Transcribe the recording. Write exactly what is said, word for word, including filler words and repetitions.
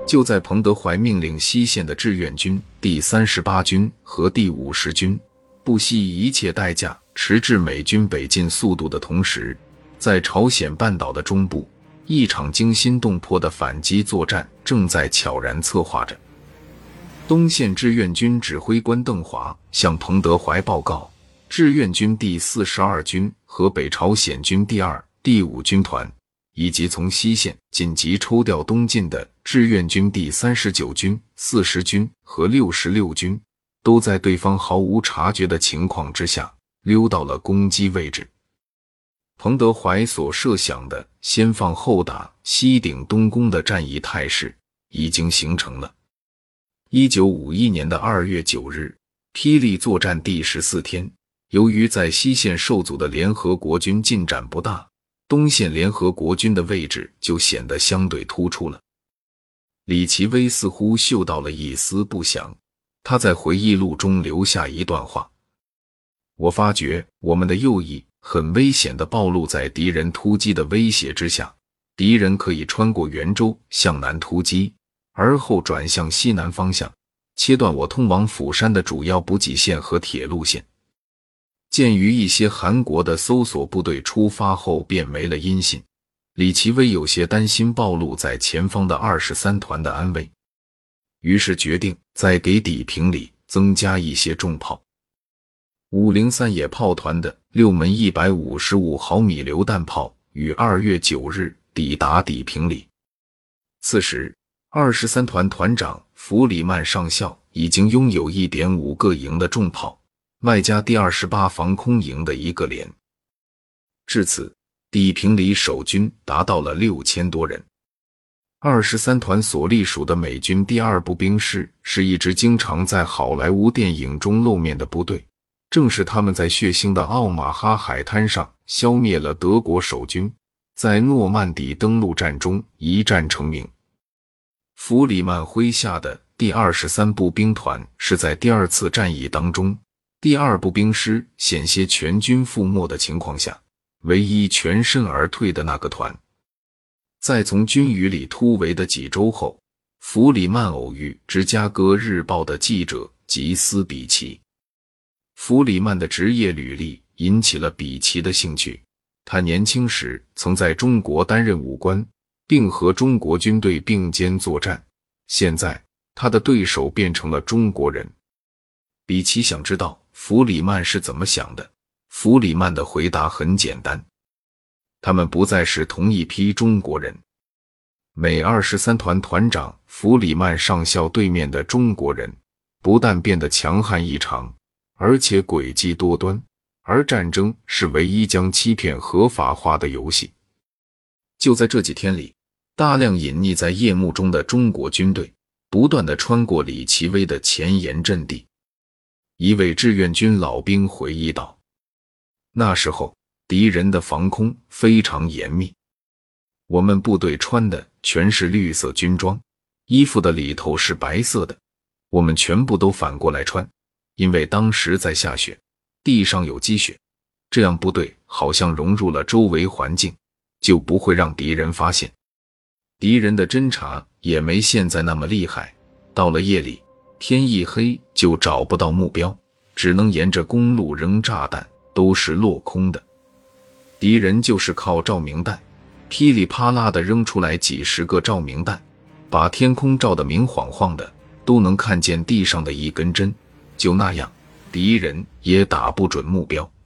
就在彭德怀命令西线的志愿军第三十八军和第五十军不惜一切代价迟滞美军北进速度的同时，在朝鲜半岛的中部，一场惊心动魄的反击作战正在悄然策划着。东线志愿军指挥官邓华向彭德怀报告，志愿军第四十二军和北朝鲜军第二、第五军团，以及从西线紧急抽调东进的志愿军第三十九军、四十军和六十六军，都在对方毫无察觉的情况之下溜到了攻击位置。彭德怀所设想的先放后打、西顶东攻的战役态势已经形成了。一九五一年的二月九日，霹雳作战第十四天，由于在西线受阻的联合国军进展不大，东线联合国军的位置就显得相对突出了。李奇微似乎嗅到了一丝不祥，他在回忆录中留下一段话：我发觉我们的右翼很危险地暴露在敌人突击的威胁之下，敌人可以穿过元州向南突击，而后转向西南方向，切断我通往釜山的主要补给线和铁路线。鉴于一些韩国的搜索部队出发后便没了音信，李奇微有些担心暴露在前方的二十三团的安危，于是决定再给砥平里增加一些重炮。五零三野炮团的六门一百五十五毫米榴弹炮于二月九日抵达砥平里。此时二十三团团长弗里曼上校已经拥有 一点五 个营的重炮，外加第二十八防空营的一个连。至此，砥平里守军达到了六千多人。二十三团所隶属的美军第二步兵师是一支经常在好莱坞电影中露面的部队，正是他们在血腥的奥马哈海滩上消灭了德国守军，在诺曼底登陆战中一战成名。弗里曼麾下的第二十三步兵团是在第二次战役当中，第二步兵师险些全军覆没的情况下，唯一全身而退的那个团。在从军隅里突围的几周后，弗里曼偶遇芝加哥日报的记者吉斯比奇。弗里曼的职业履历引起了比奇的兴趣，他年轻时曾在中国担任武官，并和中国军队并肩作战，现在他的对手变成了中国人。比奇想知道弗里曼是怎么想的，弗里曼的回答很简单，他们不再是同一批中国人。美二十三团团长弗里曼上校对面的中国人不但变得强悍异常，而且诡计多端，而战争是唯一将欺骗合法化的游戏。就在这几天里，大量隐匿在夜幕中的中国军队不断地穿过李奇微的前沿阵地。一位志愿军老兵回忆道，那时候敌人的防空非常严密，我们部队穿的全是绿色军装，衣服的里头是白色的，我们全部都反过来穿，因为当时在下雪，地上有积雪，这样部队好像融入了周围环境，就不会让敌人发现。敌人的侦察也没现在那么厉害，到了夜里，天一黑就找不到目标，只能沿着公路扔炸弹，都是落空的。敌人就是靠照明弹，噼里啪啦地扔出来几十个照明弹，把天空照得明晃晃的，都能看见地上的一根针，就那样，敌人也打不准目标。